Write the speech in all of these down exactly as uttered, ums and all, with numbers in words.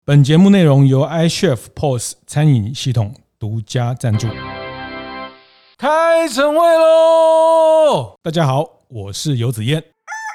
本节目内容由 iChef P O S 餐饮系统独家赞助。开晨会喽！大家好，我是游子燕。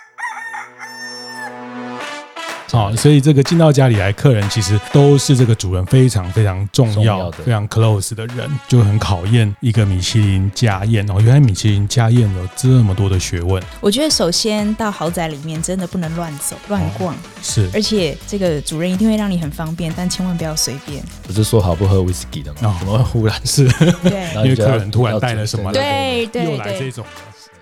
好，所以这个进到家里来，客人其实都是这个主人非常非常重要、 重要的非常 close 的人，就很考验一个米其林家宴哦。原来米其林家宴有这么多的学问。 我觉得首先到豪宅里面真的不能乱走乱逛、哦， 是， 而且这个主人一定会让你很方便，但千万不要随便。 不是说好不喝 whisky 的吗？哦、怎么忽然是？ 对， 因为客人突然带了什么来， 对对对， 又来这种的。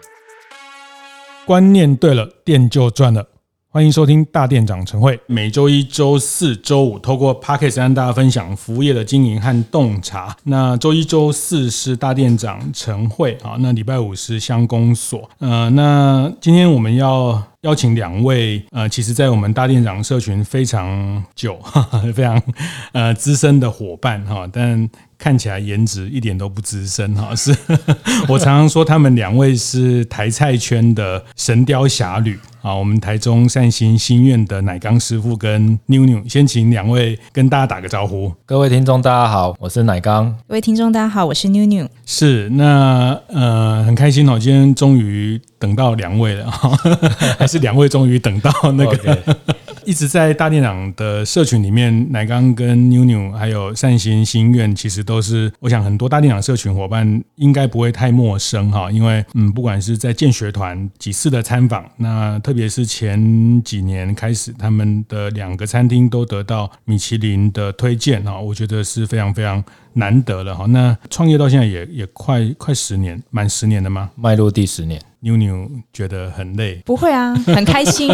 观念对了，店就赚了。欢迎收听大店长晨会，每周一、周四、周五透过 Podcast 跟大家分享服务业的经营和洞察。那周一、周四是大店长晨会啊，那礼拜五是乡公所。呃，那今天我们要邀请两位，呃，其实在我们大店长社群非常久、呵呵非常呃资深的伙伴哈，但看起来颜值一点都不资深哈。是我常常说他们两位是台菜圈的神雕侠侣。好，我们台中善心心愿的乃刚师傅跟妞妞，先请两位跟大家打个招呼。 各位听众大家好，我是乃刚。 各位听众大家好，我是妞妞。 是，那呃很开心哦，今天终于等到两位了，还是两位终于等到那个。Okay. 一直在大店长的社群里面，乃刚跟妞妞还有善心心愿，其实都是我想很多大店长社群伙伴应该不会太陌生哈，因为嗯，不管是在建学团几次的参访，那特别是前几年开始，他们的两个餐厅都得到米其林的推荐哈，我觉得是非常非常难得了哈。那创业到现在也也快快十年，满十年了吗？ 迈入第十年。 妞妞觉得很累？ 不会啊，很开心。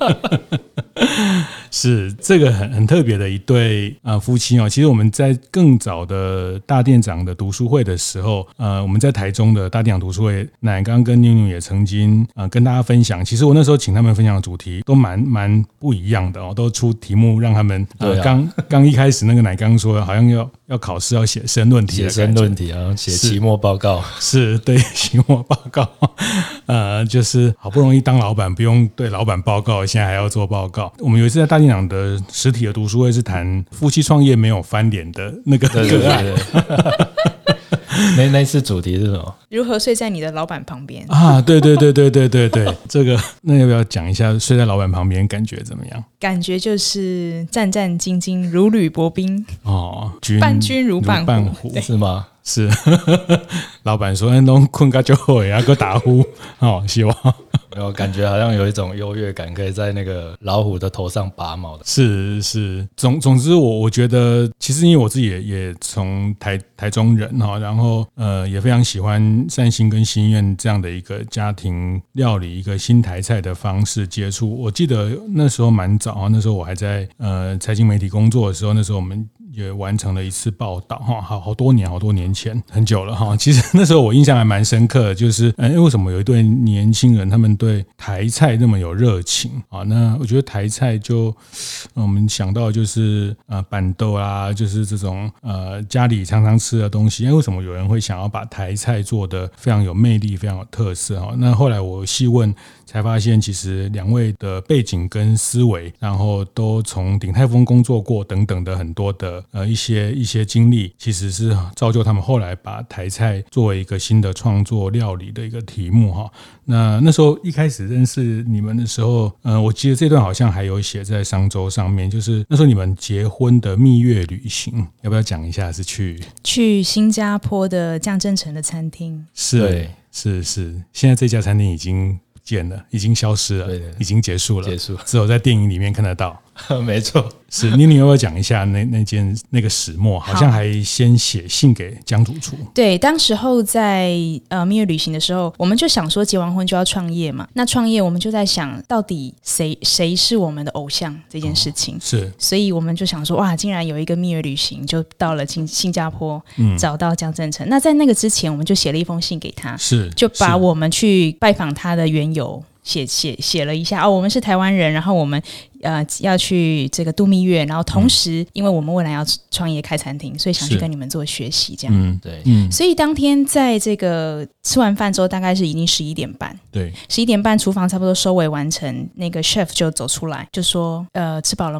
是这个很很特别的一对呃夫妻哦。其实我们在更早的大店长的读书会的时候，呃，我们在台中的大店长读书会，乃刚跟妞妞也曾经呃跟大家分享。其实我那时候请他们分享的主题都蛮蛮不一样的哦，都出题目让他们呃刚刚、啊、一开始那个乃刚说好像要要考试要写申论题的， 写申论题啊，写期末报告， 是, 是对期末报告。呃，就是好不容易当老板，不用对老板报告，现在还要做报告。我们有一次在大店长的实体的读书会是谈夫妻创业没有翻脸的那个个案。对对对那那次主题是什么？ 如何睡在你的老板旁边啊？对对对对对对对，这个那要不要讲一下睡在老板旁边感觉怎么样？ 感觉就是战战兢兢，如履薄冰哦， 伴君如伴虎， 是吗？ 是，老板说：“都困个就会啊，个打呼。”哦，希望。 我感觉好像有一种优越感，可以在那个老虎的头上拔毛的。 是是，总总之我我觉得，其实因为我自己也也从台台中人哈，然后呃也非常喜欢善心跟心愿这样的一个家庭料理，一个新台菜的方式接触。我记得那时候蛮早，那时候我还在呃财经媒体工作的时候，那时候我们也完成了一次报道哈，好好多年好多年前，很久了哈。其实那时候我印象还蛮深刻的，就是呃为什么有一对年轻人他们对台菜那么有热情啊？那我觉得台菜就、呃、我们想到就是呃板豆啊，就是这种呃家里常常吃的东西。为什么有人会想要把台菜做得非常有魅力、非常有特色啊？那后来我细问才发现，其实两位的背景跟思维，然后都从鼎泰丰工作过等等的很多的呃一些一些经历，其实是造就他们后来把台菜作为一个新的创作料理的一个题目哈。那那时候一开始认识你们的时候，呃，我记得这段好像还有写在商周上面，就是那时候你们结婚的蜜月旅行，要不要讲一下？是去去新加坡的江振诚的餐厅？ 是是是，现在这家餐厅已经不见了，已经消失了，对对对，已经结束了， 结束， 只有在电影里面看得到。 没错， 是妞妞要不要讲一下那那件那个始末？好像还先写信给江主厨。 对，当时候在呃蜜月旅行的时候，我们就想说结完婚就要创业嘛。那创业我们就在想到底谁谁是我们的偶像这件事情。哦、 是， 所以我们就想说哇，竟然有一个蜜月旅行，就到了新新加坡，嗯、找到江振诚。那在那个之前，我们就写了一封信给他， 是， 就把我们去拜访他的缘由。写写写了一下哦，我们是台湾人，然后我们呃要去这个度蜜月，然后同时、嗯、因为我们未来要创业开餐厅，所以想去跟你们做学习这样。 嗯，对，嗯， 所以当天在这个吃完饭之后，大概是已经十一点半， 对， 十一点半厨房差不多收尾完成，那个 chef 就走出来就说呃吃饱了吗？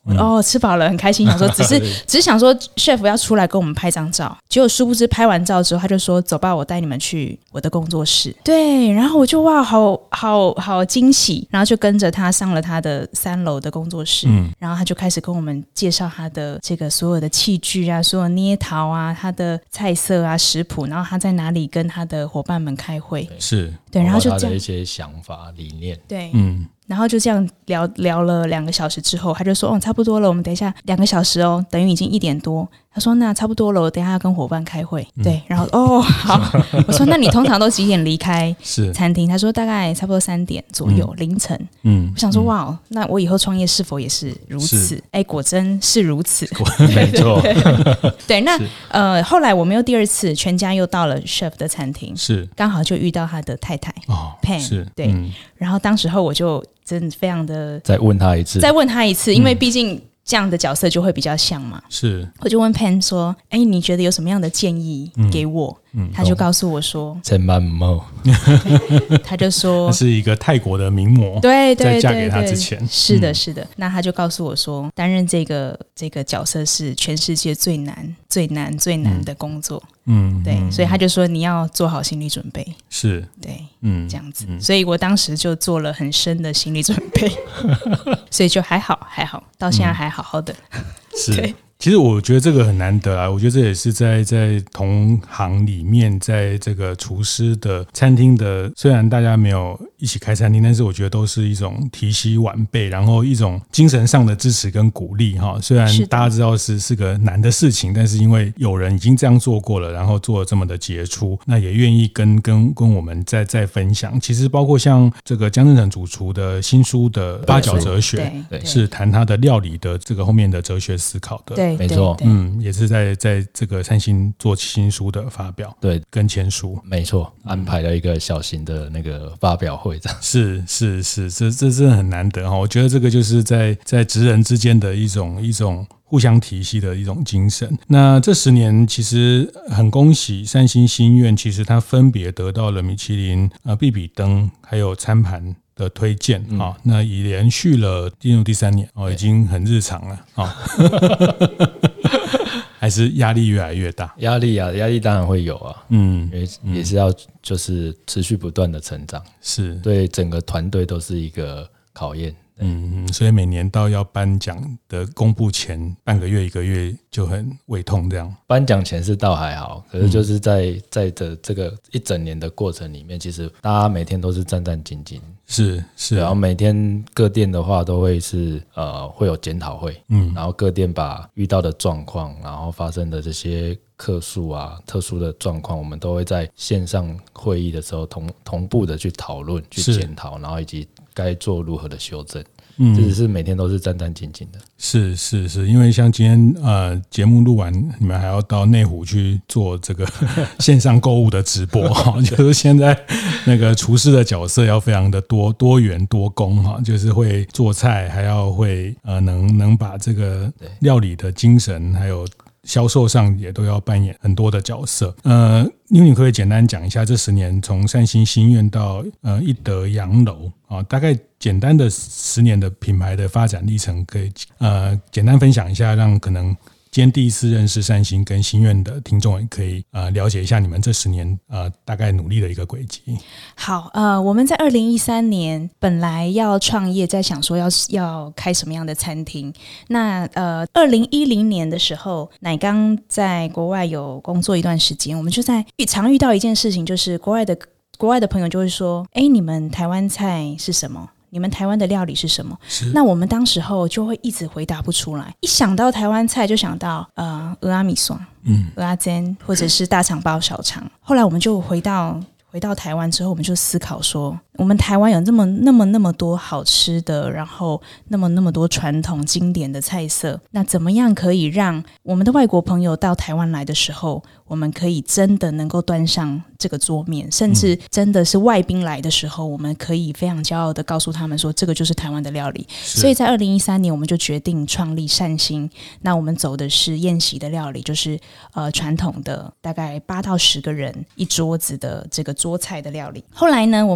嗯、哦，吃饱了很开心，想说只是只是想说 chef 要出来跟我们拍张照，结果殊不知拍完照之后他就说走吧，我带你们去我的工作室。对，然后我就哇好好好惊喜，然后就跟着他上了他的三楼的工作室、嗯、然后他就开始跟我们介绍他的这个所有的器具啊，所有捏陶啊，他的菜色啊食谱，然后他在哪里跟他的伙伴们开会， 是对，然后就这样他的一些想法理念， 对，嗯，然后就这样聊聊了两个小时之后，他就说哦差不多了，我们等一下两个小时哦，等于已经一点多。他说那差不多了，我等一下要跟伙伴开会、嗯、对，然后哦好我说那你通常都几点离开餐厅？他说大概差不多三点左右、嗯、凌晨。嗯，我想说、嗯、哇那我以后创业是否也是如此？哎，果真是如此， 没错。 对，那呃后来我们又第二次全家又到了 chef 的餐厅，是刚好就遇到他的太太、哦、Pam， 是对、嗯，然后当时候我就真的非常的再问他一次， 再问他一次，因为毕竟这样的角色就会比较像嘛。是，我就问 Pam 说：“哎，你觉得有什么样的建议给我？”嗯，他就告诉我说：“ 千万唔好。” 他就说：“ 他是一个泰国的名模， 对对对， 在嫁给他之前， 是的，是的。那他就告诉我说，担任这个这个角色是全世界最难、最难、最难的工作。”嗯，对，所以他就说你要做好心理准备，是对，嗯，这样子、嗯，所以我当时就做了很深的心理准备，所以就还好，还好，到现在还好好的，嗯、 是。对，其实我觉得这个很难得啊，我觉得这也是在在同行里面，在这个厨师的餐厅的，虽然大家没有一起开餐厅，但是我觉得都是一种提携晚辈，然后一种精神上的支持跟鼓励哈。虽然大家知道是是个难的事情，但是因为有人已经这样做过了，然后做得这么的杰出，那也愿意跟跟跟我们再再分享。其实包括像这个江振成主厨的新书的八角哲学，是谈他的料理的这个后面的哲学思考的。 对， 没错， 嗯，也是在在这个三星做新书的发表，对，跟签书， 没错，安排了一个小型的那个发表会，这样是是是，这这真的很难得哈。我觉得这个就是在在职人之间的一种一种互相提携的一种精神。那这十年其实很恭喜三星心愿，其实它分别得到了米其林、呃必比登还有餐盘的推荐、嗯哦、那已连续了进入第三年、哦、已经很日常了、哦、还是压力越来越大？ 压力啊，压力当然会有啊，嗯，因为也是要就是持续不断的成长，是对整个团队都是一个考验。 嗯，所以每年到要颁奖的公布前半个月一个月就很胃痛这样。 颁奖前是倒还好，可是就是在在的这个一整年的过程里面，其实大家每天都是战战兢兢。 是是， 然后每天各店的话都会是呃会有检讨会，嗯，然后各店把遇到的状况，然后发生的这些客诉啊、特殊的状况，我们都会在线上会议的时候同同步的去讨论、去检讨，然后以及该做如何的修正。嗯，这只是每天都是战战兢兢的。 是是是，因为像今天呃节目录完，你们还要到内湖去做这个线上购物的直播哈，就是现在那个厨师的角色要非常的多多元多工哈，就是会做菜，还要会呃能能把这个料理的精神还有销售上也都要扮演很多的角色。呃，因为你可以简单讲一下这十年从三星心愿到呃一德洋楼啊，大概简单的十年的品牌的发展历程，可以呃简单分享一下，让可能今天第一次认识三星跟心愿的听众也可以呃了解一下你们这十年呃大概努力的一个轨迹。 好，呃，我们在二零一三年本来要创业，在想说要要开什么样的餐厅。那呃，二零一零年的时候，乃刚在国外有工作一段时间，我们就在常遇到一件事情，就是国外的国外的朋友就会说：“哎，你们台湾菜是什么？”你们台湾的料理是什么？那我们当时候就会一直回答不出来。一想到台湾菜，就想到呃蚵仔米线、嗯蚵仔煎，或者是大肠包小肠。后来我们就回到回到台湾之后，我们就思考说，我们台湾有那么那么那么多好吃的，然后那么那么多传统经典的菜色，那怎么样可以让我们的外国朋友到台湾来的时候，我们可以真的能够端上这个桌面，甚至真的是外宾来的时候，我们可以非常骄傲的告诉他们说，这个就是台湾的料理。所以在二零一三年，我们就决定创立善心。那我们走的是宴席的料理，就是呃传统的大概八到十个人一桌子的这个桌菜的料理。后来呢，我们经营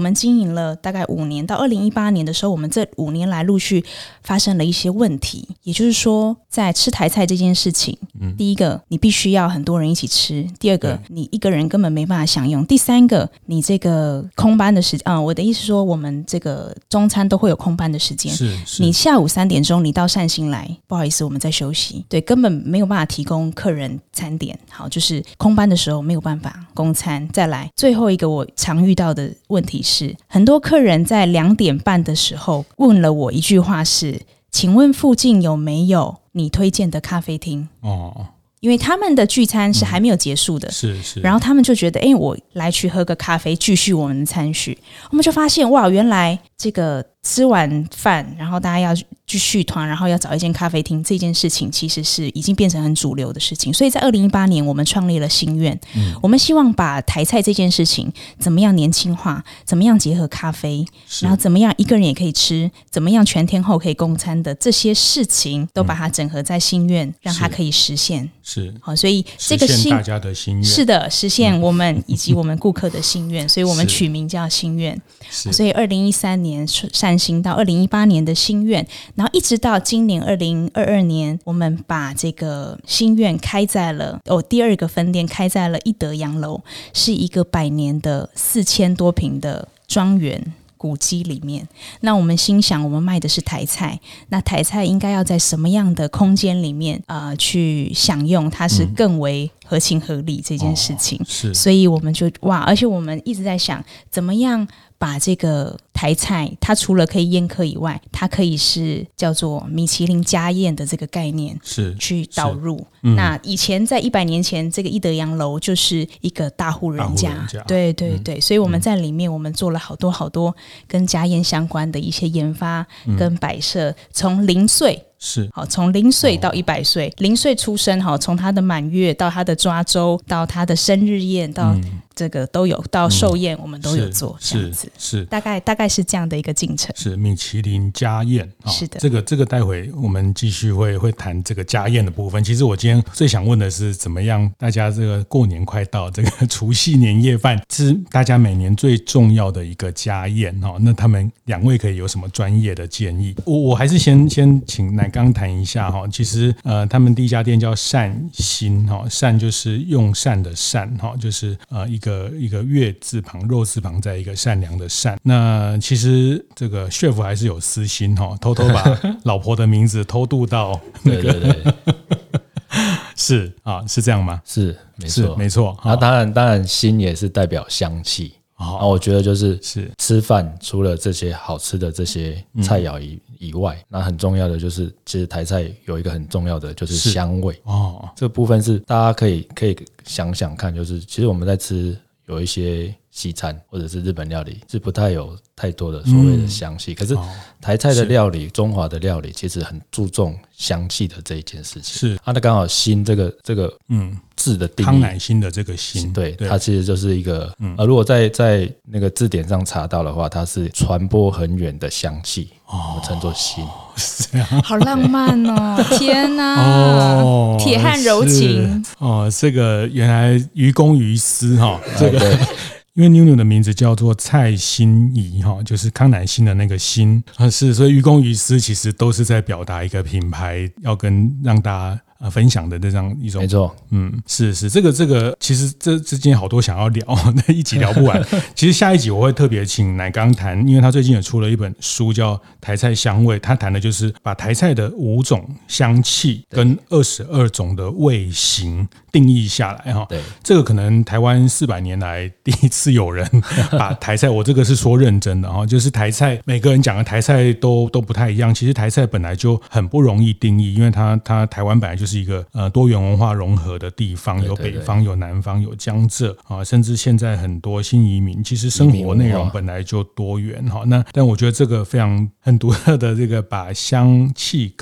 营了大概五年，到二零一八年的时候，我们这五年来陆续发生了一些问题。也就是说，在吃台菜这件事情，嗯、第一个你必须要很多人一起吃，第二个你一个人根本没办法享用，第三个你这个空班的时间，嗯，我的意思说，我们这个中餐都会有空班的时间， 是是你下午三点钟你到善心来，不好意思，我们在休息，对，根本没有办法提供客人餐点。好，就是空班的时候没有办法供餐。再来，最后一个我常遇到的问题是，很多客人在两点半的时候问了我一句话是：请问附近有没有你推荐的咖啡厅？哦。因为他们的聚餐是还没有结束的，嗯、 是是， 然后他们就觉得，哎，我来去喝个咖啡，继续我们的餐序。我们就发现，哇，原来这个吃完饭，然后大家要去续团，然后要找一间咖啡厅，这件事情其实是已经变成很主流的事情。所以在二零一八年，我们创立了心愿，嗯、我们希望把台菜这件事情怎么样年轻化，怎么样结合咖啡，然后怎么样一个人也可以吃，怎么样全天候可以供餐的这些事情，都把它整合在心愿，嗯、让它可以实现。 是， 好，所以这个实现大家的心愿， 是的，实现我们以及我们顾客的心愿，所以我们取名叫心愿。所以二零一三年善心到二零一八年的心愿，然后一直到今年二零二二年，我们把这个心愿开在了哦第二个分店开在了一德洋楼，是一个百年的四千多坪的庄园。古迹里面，那我们心想，我们卖的是台菜，那台菜应该要在什么样的空间里面呃去享用，它是更为合情合理这件事情。嗯、 是， 所以我们就哇，而且我们一直在想，怎么样把这个台菜，它除了可以宴客以外，它可以是叫做米其林家宴的这个概念， 是去导入。嗯、那以前在一百年前，这个一德洋楼就是一个大户人家， 人家对对对、嗯，所以我们在里面，我们做了好多好多跟家宴相关的一些研发跟摆设，从、嗯、零岁。 是好，从零岁到一百岁，零岁出生，好，从他的满月到他的抓周，到他的生日宴，到这个都有，到寿宴、嗯、我们都有做，这样子， 是, 是大概大概是这样的一个进程。 是米其林家宴，哦、 是的， 这个这个待会我们继续会会谈这个家宴的部分。其实我今天最想问的是，怎么样大家这个过年快到，这个除夕年夜饭是大家每年最重要的一个家宴哦。那他们两位可以有什么专业的建议？我我还是先先请乃刚谈一下哈。其实呃，他们第一家店叫善心哈，善就是用善的善哈，就是呃一个一个月字旁肉字旁在一个善良的善。那其实这个 chef 还是有私心哈，偷偷把老婆的名字偷渡到那个对对对是啊，是这样吗？ 是没错没错。 那当然当然心也是代表香气。然后我觉得就是是吃饭，除了这些好吃的这些菜肴以、嗯、以外，那很重要的就是，其实台菜有一个很重要的就是香味哦。这个部分是大家可以可以想想看，就是其实我们在吃有一些西餐或者是日本料理是不太有太多的所谓的香气，嗯、可是台菜的料理、中华的料理其实很注重香气的这一件事情。 是啊，那刚好心这个这个嗯。字的定义， 康乃馨的这个馨， 对，对它其实就是一个，嗯、呃，如果在在那个字典上查到的话，它是传播很远的香气，哦、我们称作馨， 是这样， 好浪漫哦！天哪，哦，铁汉柔情哦，这个原来于公于私哈，这个。因为 Niu Niu 的名字叫做蔡心怡哈，就是康乃馨的那个馨，是，所以于公于私其实都是在表达一个品牌要跟让大家呃分享的这样一种， 没错， 嗯，是是，这个这个其实这之间好多想要聊，那一集聊不完。其实下一集我会特别请乃刚谈，因为他最近也出了一本书叫《台菜香味》，他谈的就是把台菜的五种香气跟二十二种的味型定义下来哈。 对， 这个可能台湾四百年来第一次有人把台菜，我这个是说认真的哈，就是台菜每个人讲的台菜都都不太一样。其实台菜本来就很不容易定义，因为它它台湾本来就是一个呃多元文化融合的地方，有北方有南方有江浙啊，甚至现在很多新移民，其实生活内容本来就多元哈。那但我觉得这个非常很独特的这个把香气跟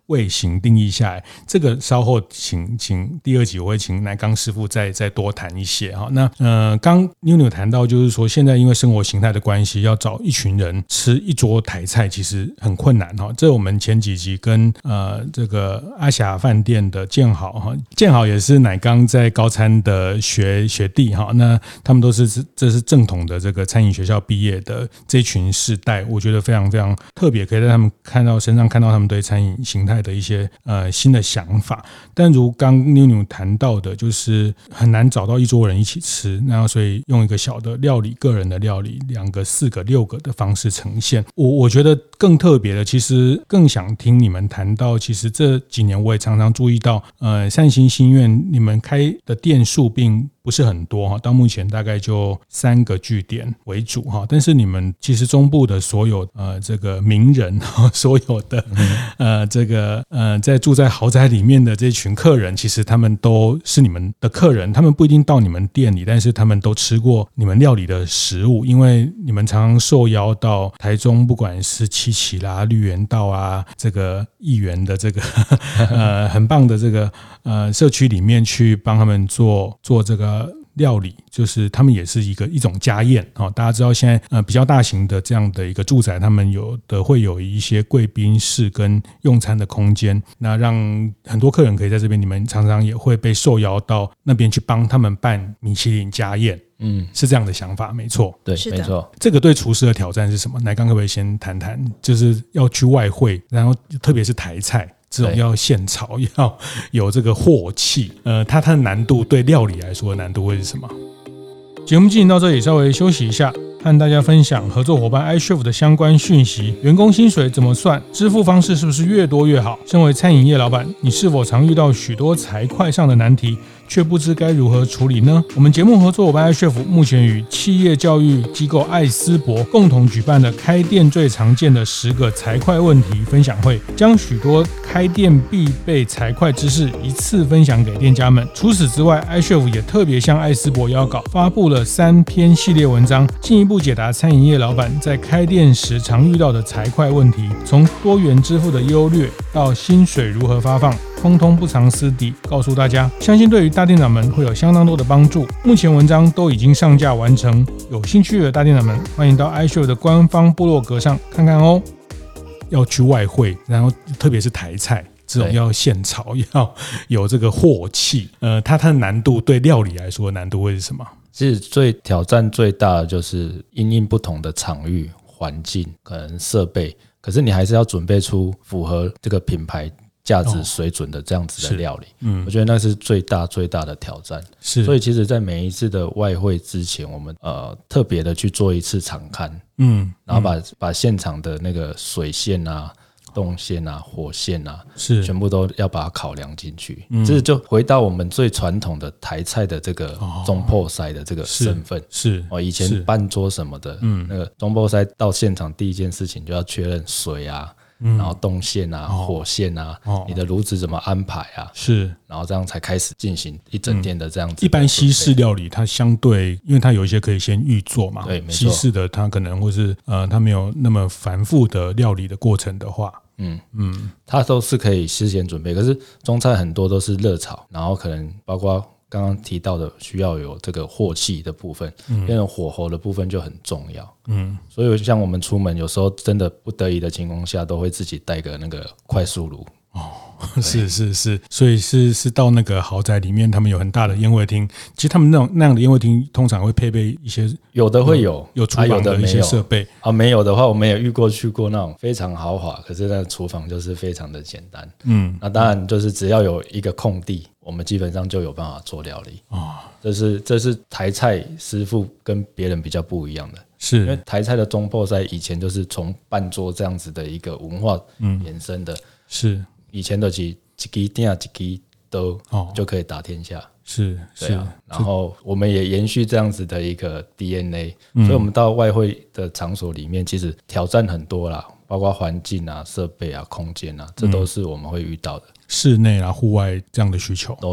味型定义下来，这个稍后请请第二集我会请乃刚师傅再再多谈一些哈。那呃，刚妞妞谈到就是说，现在因为生活形态的关系，要找一群人吃一桌台菜其实很困难哈。这我们前几集跟呃这个阿霞饭店的建豪哈，建豪也是乃刚在高餐的学学弟哈，那他们都是这是正统的这个餐饮学校毕业的这群世代，我觉得非常非常特别，可以在他们看到身上看到他们对餐饮形态的一些呃新的想法。但如刚妞妞谈到的，就是很难找到一桌人一起吃，然后所以用一个小的料理、个人的料理，两个、四个、六个的方式呈现。我我觉得更特别的，其实更想听你们谈到，其实这几年我也常常注意到，呃，善心心愿你们开的店数并不是很多哈，到目前大概就三个据点为主哈。但是你们其实中部的所有呃这个名人，所有的呃这个呃在住在豪宅里面的这群客人，其实他们都是你们的客人，他们不一定到你们店里，但是他们都吃过你们料理的食物，因为你们常常受邀到台中，不管是七期啦、绿园道啊，这个议员的这个呃很棒的这个呃社区里面去帮他们做做这个料理，就是他们也是一个一种家宴。大家知道现在呃比较大型的这样的一个住宅，他们有的会有一些贵宾室跟用餐的空间，那让很多客人可以在这边，你们常常也会被受邀到那边去帮他们办米其林家宴。嗯，是这样的想法，没错， 对，没错。 这个对厨师的挑战是什么？乃刚可不可以先谈谈？就是要去外汇，然后特别是台菜这种要现炒，要有这个镬气，呃，它它的难度对料理来说的难度会是什么？节目进行到这里，稍微休息一下，和大家分享合作伙伴 iChef 的相关讯息。员工薪水怎么算？支付方式是不是越多越好？身为餐饮业老板，你是否常遇到许多财会上的难题，却不知该如何处理呢？我们节目合作伙伴 iChef 目前与企业教育机构艾斯伯共同举办的开店最常见的十个财会问题分享会，将许多开店必备财会知识一次分享给店家们。除此之外， iChef 也特别向艾斯伯邀稿，发布了三篇系列文章，进一步解答餐饮业老板在开店时常遇到的财会问题，从多元支付的优劣到薪水如何发放，通通不藏私底告诉大家，相信对于大店长们会有相当多的帮助。目前文章都已经上架完成，有兴趣的大店长们欢迎到 iChef 的官方部落格上看看哦。要去外汇，然后特别是台菜这种要现炒，要有这个镬气，呃，它它的难度对料理来说的难度会是什么？ 其实最挑战最大的就是因应不同的场域、环境、可能设备，可是你还是要准备出符合这个品牌价值水准的这样子的料理。哦嗯、我觉得那是最大最大的挑战。是，所以其实在每一次的外汇之前，我们呃特别的去做一次场勘，嗯，然后把、嗯、把现场的那个水线啊、动线啊、火线啊，是全部都要把它考量进去。嗯，这就回到我们最传统的台菜的这个中破塞的这个身份。是, 是哦，以前办桌什么的，嗯，那个中破塞到现场第一件事情就要确认水啊。然后动线啊、哦、火线啊、哦、你的炉子怎么安排啊，是，然后这样才开始进行一整天的这样子的、嗯。一般西式料理它相对，因为它有一些可以先预做嘛，对，西式的它可能或是呃，它没有那么繁复的料理的过程的话，嗯嗯，它都是可以事先准备。可是中餐很多都是热炒，然后可能包括刚刚提到的需要有这个镬气的部分，嗯，那种火候的部分就很重要。嗯，所以像我们出门有时候真的不得已的情况下，都会自己带个那个快速炉。哦，是是是，所以是是到那个豪宅里面，他们有很大的烟味厅。其实他们那种那样的烟味厅，通常会配备一些，有的会有有厨房的一些设备啊，没有的话，我们也遇过去过那种非常豪华，可是那厨房就是非常的简单。嗯，那当然就是只要有一个空地，我们基本上就有办法做料理。哦，这是这是台菜师傅跟别人比较不一样的。是因为台菜的中破塞以前就是从半桌这样子的一个文化延伸的。嗯，是。以前的几几支店几支都就可以打天下，是是、啊，然后我们也延续这样子的一个 D N A，、嗯、所以我们到外汇的场所里面，其实挑战很多啦，包括环境啊、设备啊、空间啊，这都是我们会遇到的，室内啊、户外这样的需求都有。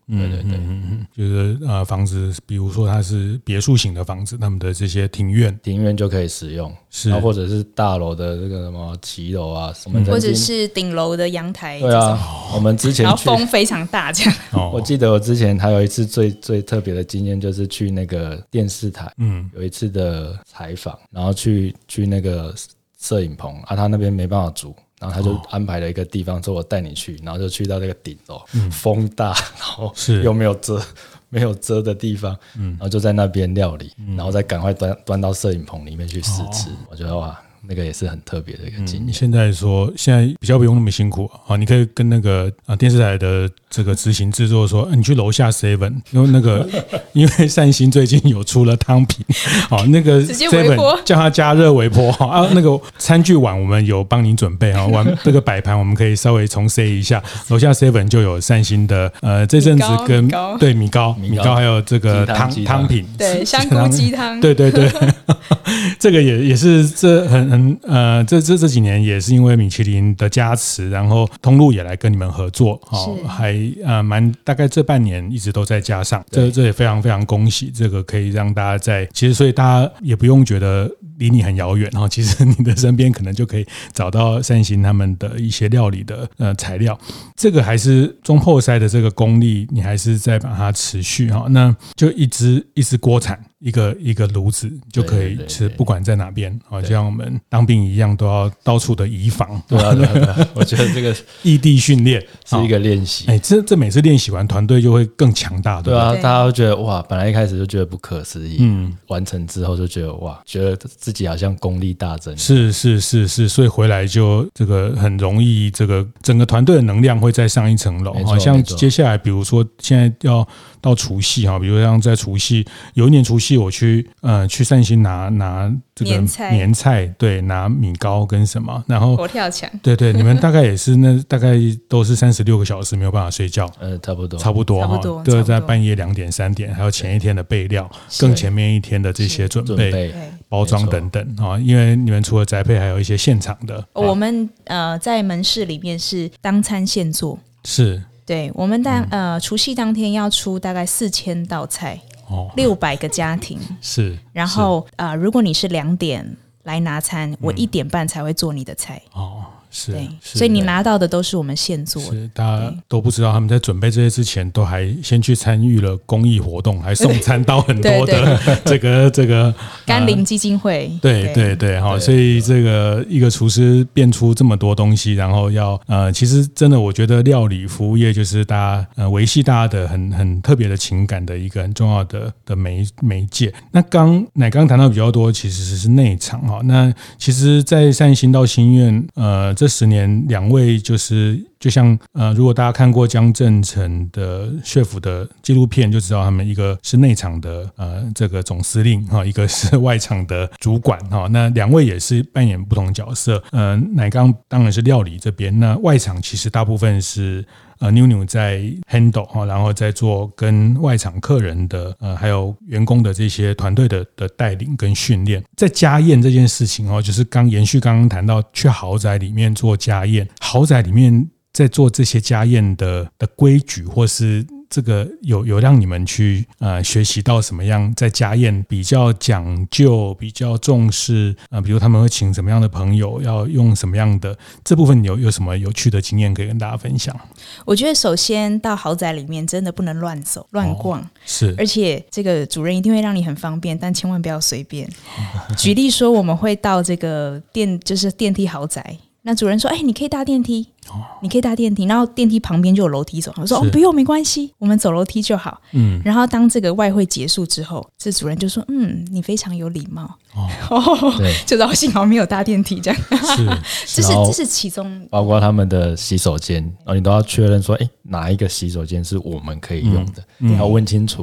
对对对， 嗯嗯，就是呃房子，比如说它是别墅型的房子，他们的这些庭院， 庭院就可以使用， 是， 然后或者是大楼的这个什么骑楼啊，我们或者是顶楼的阳台， 对啊，我们之前然后风非常大这样。 哦、我记得我之前还有一次最最特别的经验，就是去那个电视台，嗯，有一次的采访，然后去去那个摄影棚啊，他那边没办法租。然后他就安排了一个地方，说我带你去，然后就去到那个顶楼，嗯、风大，然后又没有遮没有遮的地方，嗯、然后就在那边料理，嗯、然后再赶快端端到摄影棚里面去试吃。哦、我觉得哇，那个也是很特别的一个经验。 嗯、现在说现在比较不用那么辛苦啊，你可以跟那个啊电视台的这个执行制作说，啊、你去楼下 seven， 因为那个因为善心最近有出了汤品，好那个 seven 叫他加热微波啊，那个餐具碗我们有帮您准备哈，碗这个摆盘我们可以稍微重塞一下，楼下 seven 就有善心的呃这阵子跟米糕对米糕米糕还有这个汤汤品， 对香菇鸡汤， 对对对，这个也也是这很很呃这这这几年也是因为米其林的加持，然后通路也来跟你们合作，哦还。呃，蛮大概这半年一直都在加上，这这也非常非常恭喜，这个可以让大家在其实，所以大家也不用觉得离你很遥远，然后其实你的身边可能就可以找到善心他们的一些料理的呃材料，这个还是中后塞的这个功力，你还是在把它持续哈，那就一直一直锅铲。一个一个炉子就可以吃，不管在哪边，好像我们当兵一样，都要到处的移防。 对啊，对啊，我觉得这个异地训练是一个练习。 哎，这这每次练习完，团队就会更强大，对吧？ 对啊，大家都觉得哇，本来一开始就觉得不可思议，嗯，完成之后就觉得哇，觉得自己好像功力大增。 是是是是，所以回来就这个很容易，这个整个团队的能量会再上一层楼。好像接下来，比如说现在要到除夕哈，比如像在除夕，有一年除夕。我去呃去善心拿拿这个年菜， 年菜对，拿米糕跟什么，然后佛跳墙， 对对，你们大概也是那大概都是三十六个小时没有办法睡觉， 呃，差不多差不多哈，都是在半夜两点三点，还有前一天的备料，更前面一天的这些准备、包装等等啊，因为你们除了宅配，还有一些现场的， 我们呃在门市里面是当餐现做， 是对，我们当呃除夕当天要出大概四千道菜。六百个家庭是， 然后呃，如果你是两点来拿餐，我一点半才会做你的菜哦。 是， 对，所以你拿到的都是我们现做的。 是，大家都不知道他们在准备这些之前，都还先去参与了公益活动，还送餐到很多的这个这个甘霖基金会。 对对对，哈，所以这个一个厨师变出这么多东西，然后要呃，其实真的，我觉得料理服务业就是大家呃维系大家的很很特别的情感的一个很重要的的媒媒介。那刚乃刚谈到比较多，其实是内场哈。那其实，在善心到心愿呃。这十年，两位就是就像呃，如果大家看过江振成的 chef 的纪录片，就知道他们一个是内场的呃这个总司令哈，一个是外场的主管哈。那两位也是扮演不同角色。呃，乃刚当然是料理这边，那外场其实大部分是。呃 ，New New 在 handle 哈，然后再做跟外场客人的呃，还有员工的这些团队的的带领跟训练。在家宴这件事情哦，就是刚延续刚刚谈到去豪宅里面做家宴，豪宅里面在做这些家宴的的规矩或是。这个有有让你们去呃学习到什么样在家宴比较讲究、比较重视呃，比如他们会请什么样的朋友，要用什么样的这部分有有什么有趣的经验可以跟大家分享？ 我觉得首先到豪宅里面真的不能乱走乱逛，哦、 是， 而且这个主人一定会让你很方便，但千万不要随便。举例说，我们会到这个电就是电梯豪宅。那主人说：“哎、欸，你可以搭电梯，你可以搭电梯，然后电梯旁边就有楼梯走。”我说：“哦，不用，没关系，我们走楼梯就好。”嗯，然后当这个外汇结束之后，这主人就说：“嗯，你非常有礼貌。”哦，对，就知道幸好没有搭电梯这样。是，这是这是其中， 包括他们的洗手间，然后你都要确认说：“哎、欸，哪一个洗手间是我们可以用的？”你、嗯、要问清楚。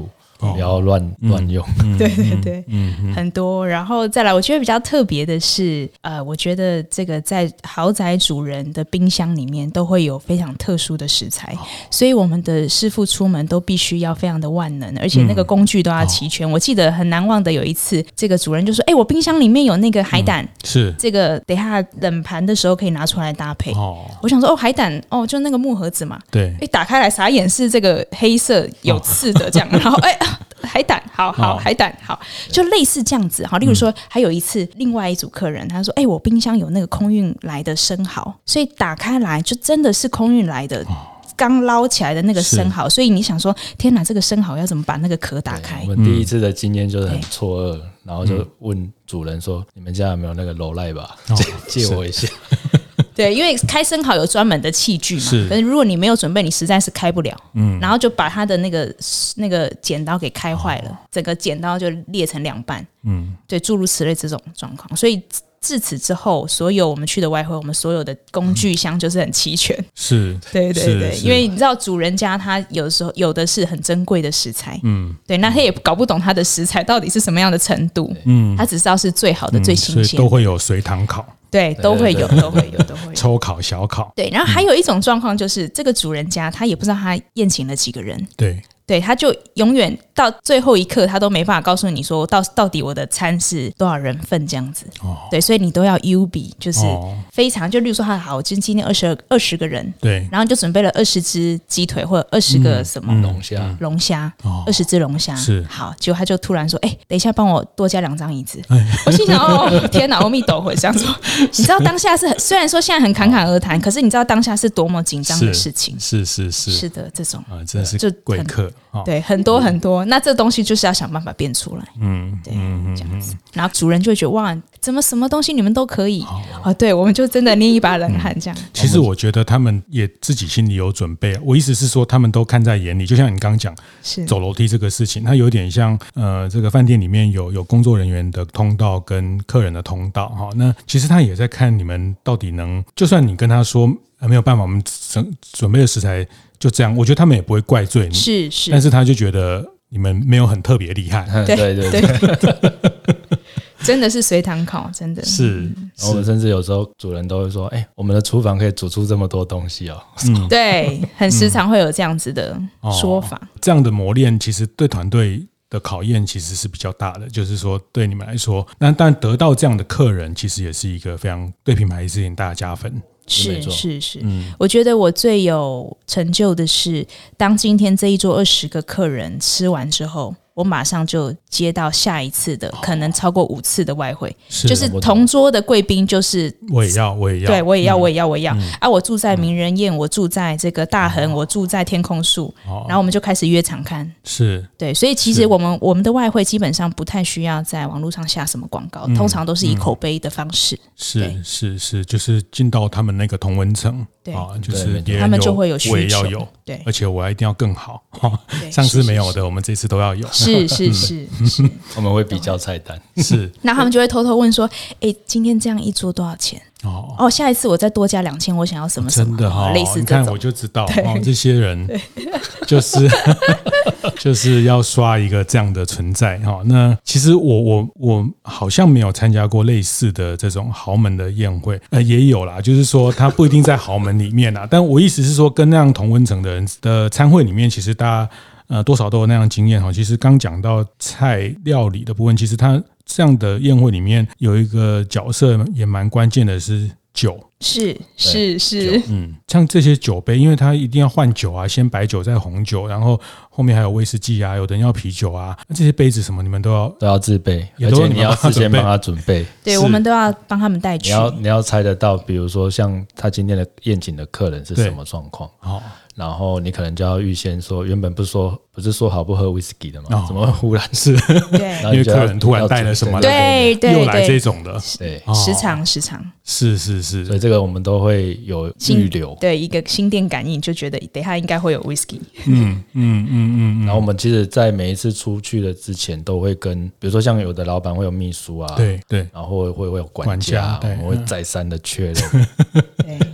不要乱乱、嗯、用、 嗯、对对对、嗯嗯、很多。然后再来我觉得比较特别的是呃，我觉得这个在豪宅主人的冰箱里面都会有非常特殊的食材、哦、所以我们的师傅出门都必须要非常的万能，而且那个工具都要齐全、嗯哦、我记得很难忘的有一次，这个主人就说哎、欸，我冰箱里面有那个海胆、嗯、 是这个等一下冷盘的时候可以拿出来搭配、哦、我想说哦，海胆哦，就那个木盒子嘛， 对， 一打开来傻眼是这个黑色有刺的这样、哦、然后哎、欸，海胆好好、哦、海胆好，就类似这样子。好，例如说、嗯、还有一次另外一组客人他说哎、欸，我冰箱有那个空运来的生蚝，所以打开来就真的是空运来的、哦，刚捞起来的那个生蚝，所以你想说天哪，这个生蚝要怎么把那个壳打开？ 我们第一次的经验就是很错愕、嗯、然后就问主人说、嗯、你们家有没有那个罗赖吧、哦、借我一下。 对，因为开生蚝有专门的器具嘛，是，可是如果你没有准备，你实在是开不了。嗯，然后就把他的那个那个剪刀给开坏了、哦，整个剪刀就裂成两半。嗯，对，诸如此类这种状况，所以自此之后，所有我们去的外汇，我们所有的工具箱就是很齐全。 是， 对对对，因为你知道主人家他有的时候有的是很珍贵的食材，嗯，对，那他也搞不懂他的食材到底是什么样的程度，嗯，他只知道是最好的、嗯、最新鲜的， 所以都会有随堂考。 对，都会有，都会有，都会有抽考、小考。 对，然后还有一种状况就是，嗯、这个主人家他也不知道他宴请了几个人。 对。 对，他就永远到最后一刻，他都没办法告诉你说到到底我的餐是多少人份这样子。哦，对，所以你都要 U 比，就是非常，哦、就例如说，他好，今今天二十二十个人， 对， 然后你就准备了二十只鸡腿或者二十个什么龙虾， 龙虾，二十只龙虾， 是好，结果他就突然说，哎、欸，等一下帮我多加两张椅子。哎、我心想，哦，天哪，阿弥陀佛，这样说，你知道当下是虽然说现在很侃侃而谈，可是你知道当下是多么紧张的事情。 是是是是的，这种啊，真的是贵客。 对，很多很多，那这东西就是要想办法变出来，嗯，对，嗯、这样子，然后主人就会觉得哇，怎么什么东西你们都可以、哦啊、对，我们就真的捏一把冷汗这样、嗯。 其实我觉得他们也自己心里有准备，我意思是说他们都看在眼里，就像你刚刚讲走楼梯这个事情，它有点像呃，这个饭店里面有有工作人员的通道跟客人的通道哈，那其实他也在看你们到底能，就算你跟他说、呃、没有办法，我们准备的食材就这样，我觉得他们也不会怪罪你， 是是， 但是他就觉得你们没有很特别厉害， 对对对，对真的是随堂考，真的是。 我们甚至有时候主人都会说：“哎、欸，我们的厨房可以煮出这么多东西哦。嗯” 对，很时常会有这样子的说法。 哦、这样的磨练其实对团队的考验其实是比较大的，就是说对你们来说，那但得到这样的客人，其实也是一个非常对品牌也是很大的加分。 是是是、嗯，我觉得我最有成就的是，当今天这一桌二十个客人吃完之后，我马上就接到下一次的，可能超过五次的外汇，是就是同桌的贵宾就是我也要，我也要， 对我也要，我也要，我也要、嗯、啊！我住在名人宴、嗯，我住在这个大恒、哦，我住在天空树、哦，然后我们就开始约场看， 是对，所以其实我们我们的外汇基本上不太需要在网络上下什么广告、嗯，通常都是以口碑的方式，嗯、 是是是，就是进到他们那个同温层。对啊，就是别人有他们就会有需求， 我也要有，对，而且我还一定要更好。上次没有的，是是是我们这次都要有。 是是是是， 我们会比较菜单。 是， 那他们就会偷偷问说：“哎、欸，今天这样一桌多少钱？”哦, 哦，下一次我再多加两千，我想要什么什么， 真的哈、哦， 类似这种， 你看我就知道哦，这些人就是就是要刷一个这样的存在哈。那其实我我我好像没有参加过类似的这种豪门的宴会，呃，也有啦，就是说他不一定在豪门里面啦，但我意思是说，跟那样同温层的人的餐会里面，其实大家呃多少都有那样的经验哈。其实刚讲到菜料理的部分，其实他。这样的宴会里面有一个角色也蛮关键的是酒， 是是是， 嗯，像这些酒杯，因为它一定要换酒啊，先白酒再红酒，然后后面还有威士忌啊，有的人要啤酒啊，那这些杯子什么你们都要都要自备，而且你要事先帮他准备， 对，我们都要帮他们带去。 你要你要猜得到，比如说像他今天的宴请的客人是什么状况，好。然后你可能就要预先说，原本不是说不是说好不喝 whisky 的吗？哦、怎么忽然是？ 对， 因为客人突然带了什么来， 对对对， 又来这种的， 对，时常时常， 是是是， 所以这个我们都会有预留， 对，一个心电感应，就觉得等一下应该会有 whisky。 嗯嗯嗯嗯。 然后我们其实，在每一次出去的之前，都会跟，比如说像有的老板会有秘书啊， 对对， 然后会会会有管家， 管家我们会再三的确认。 对。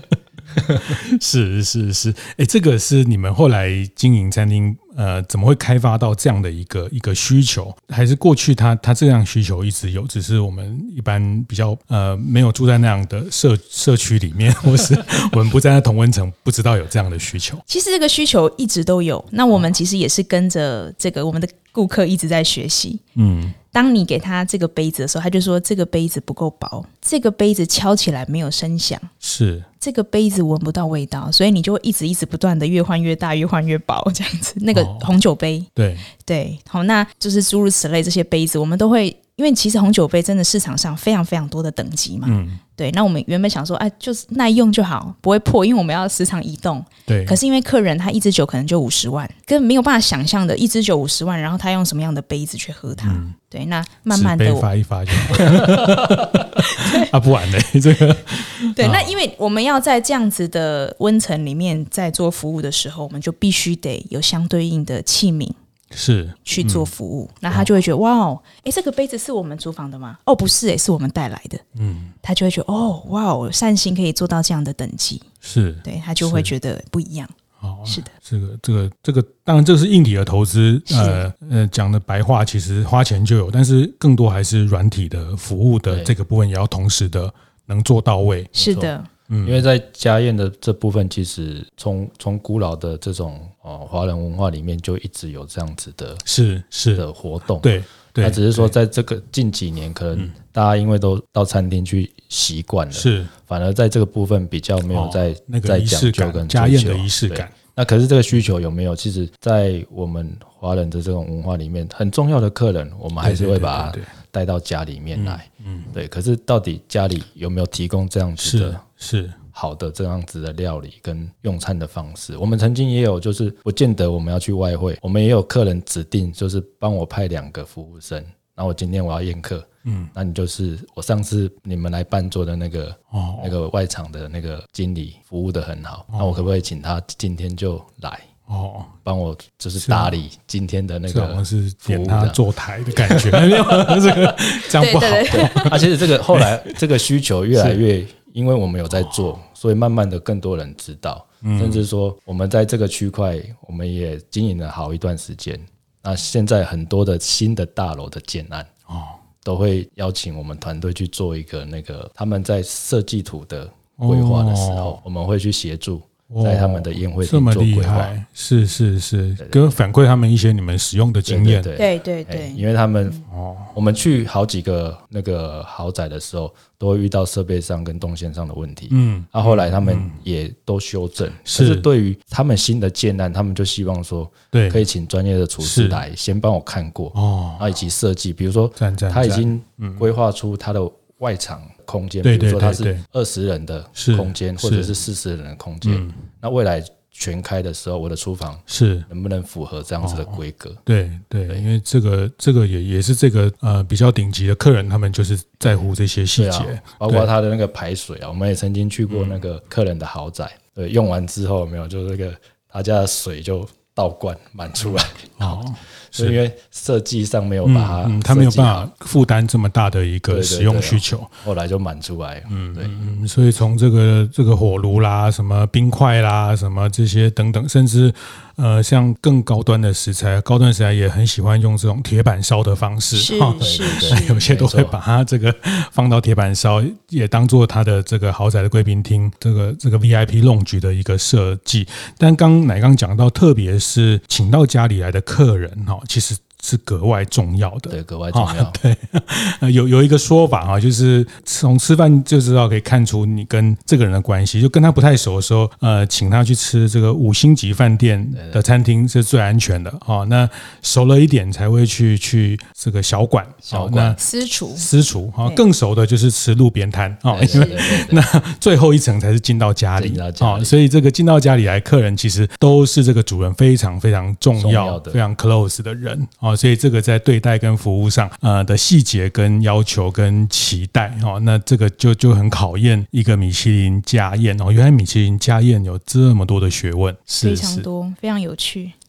是是是，哎，这个是你们后来经营餐厅，呃，怎么会开发到这样的一个一个需求？还是过去它它这样需求一直有，只是我们一般比较呃没有住在那样的社社区里面，或是我们不在那同温层，不知道有这样的需求。 其实这个需求一直都有，那我们其实也是跟着这个我们的顾客一直在学习。嗯。当你给他这个杯子的时候，他就说这个杯子不够薄，这个杯子敲起来没有声响， 是这个杯子闻不到味道，所以你就会一直一直不断的越换越大，越换越薄这样子。那个红酒杯，哦、 对对，好，那就是诸如此类这些杯子，我们都会，因为其实红酒杯真的市场上非常非常多的等级嘛，嗯，对。那我们原本想说，哎、啊，就是耐用就好，不会破，因为我们要时常移动。 对。 可是因为客人他一支酒可能就五十万，根本没有办法想象的，一支酒五十万，然后他用什么样的杯子去喝它？嗯对，那慢慢的纸杯发一发就好啊，不然呢？这个对，那因为我们要在这样子的温层里面在做服务的时候，我们就必须得有相对应的器皿是去做服务，嗯、那他就会觉得、哦、哇哦，哎，这个杯子是我们厨房的吗？哦，不是，哎，是我们带来的。嗯，他就会觉得哦，哇哦，善心可以做到这样的等级， 是对他就会觉得不一样。哦，是的， 这个这个这个，当然这个是硬体的投资，呃呃，讲的白话，其实花钱就有，但是更多还是软体的服务的这个部分，也要同时的能做到位。 是的， 嗯，因为在家宴的这部分，其实从从古老的这种哦华人文化里面，就一直有这样子的， 是是的活动， 对。 那只是说，在这个近几年，可能大家因为都到餐厅去习惯了， 是反而在这个部分比较没有在、 哦、那在个仪式感、 跟家宴的仪式感。 那可是这个需求有没有？其实，在我们华人的这种文化里面，很重要的客人，我们还是会把他带到家里面来。嗯，对。可是到底家里有没有提供这样子的？ 是。是好的这样子的料理跟用餐的方式，我们曾经也有，就是不见得我们要去外汇，我们也有客人指定，就是帮我派两个服务生，然后我今天我要宴客，嗯，那你就是我上次你们来办桌的那个、哦、那个外场的那个经理服务的很好，那、哦、我可不可以请他今天就来？哦，帮我就是打理今天的那个服务， 我们是点他坐台的感觉，没有这个这样不好。 对对对啊，其实这个后来这个需求越来越。因为我们有在做，所以慢慢的更多人知道，嗯、甚至说我们在这个区块，我们也经营了好一段时间。那现在很多的新的大楼的建案，哦，都会邀请我们团队去做一个那个他们在设计图的规划的时候，哦、我们会去协助。在他们的宴会厅做规划， 是是是，跟反馈他们一些你们使用的经验， 对对 对, 对, 对， 因为他们、哦、我们去好几个那个豪宅的时候，都会遇到设备上跟动线上的问题，嗯，那、啊、后来他们也都修正，嗯、可是对于他们新的建案，他们就希望说，对，可以请专业的厨师来先帮我看过，哦，然后以及设计，比如说他已经规划出他的外场空间，比如说它是二十人的空间，或者是四十人的空间、嗯，那未来全开的时候，我的厨房是能不能符合这样子的规格？哦、 对 对, 对，因为这个这个也也是这个呃比较顶级的客人，他们就是在乎这些细节、啊， 包括他的那个排水啊，我们也曾经去过那个客人的豪宅，对，用完之后有没有，就那个他家的水就倒灌满出来，哦。是因为设计上没有把它、嗯嗯， 他没有办法负担这么大的一个使用需求， 对对对，后来就满出来。嗯，对， 嗯，所以从这个这个火炉啦、什么冰块啦、什么这些等等，甚至呃像更高端的食材，高端食材也很喜欢用这种铁板烧的方式， 是是是，有些都会把它这个放到铁板烧，也当做它的这个豪宅的贵宾厅，这个这个 V I P 弄局的一个设计。但刚乃刚讲到，特别是请到家里来的客人哈。其实是格外重要的， 对，格外重要。 哦、对，有有一个说法哈，就是从吃饭就知道可以看出你跟这个人的关系。就跟他不太熟的时候，呃，请他去吃这个五星级饭店的餐厅是最安全的哦。那熟了一点才会去去这个小馆， 小馆、 哦、 私厨， 私厨哈、哦，更熟的就是吃路边摊哦，因为那最后一层才是进到家里哦。所以这个进到家里来，客人其实都是这个主人非常非常重要、重要的非常 close 的人哦。所以这个在对待跟服务上，呃的细节跟要求跟期待，哦，那这个就就很考验一个米其林家宴哦。原来米其林家宴有这么多的学问，是非常多，非常有趣。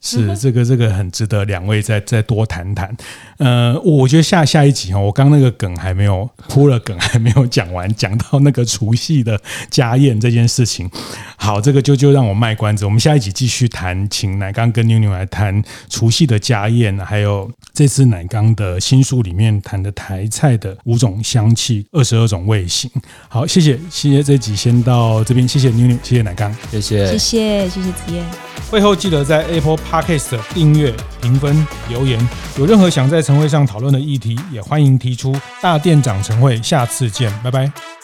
是这个这个很值得两位再再多谈谈。呃，我觉得下下一集哈，我刚那个梗还没有铺了梗还没有讲完，讲到那个除夕的家宴这件事情。好，这个就就让我卖关子，我们下一集继续谈，请乃刚跟妞妞来谈除夕的家宴，还有这次乃刚的新书里面谈的台菜的五种香气、二十二种味型。好，谢谢，谢谢这集先到这边，谢谢妞妞，谢谢乃刚， 谢谢， 谢谢，谢谢子燕。 会后记得在 Apple Podcast 订阅、评分、留言。有任何想在晨会上讨论的议题，也欢迎提出。大店长晨会，下次见，拜拜。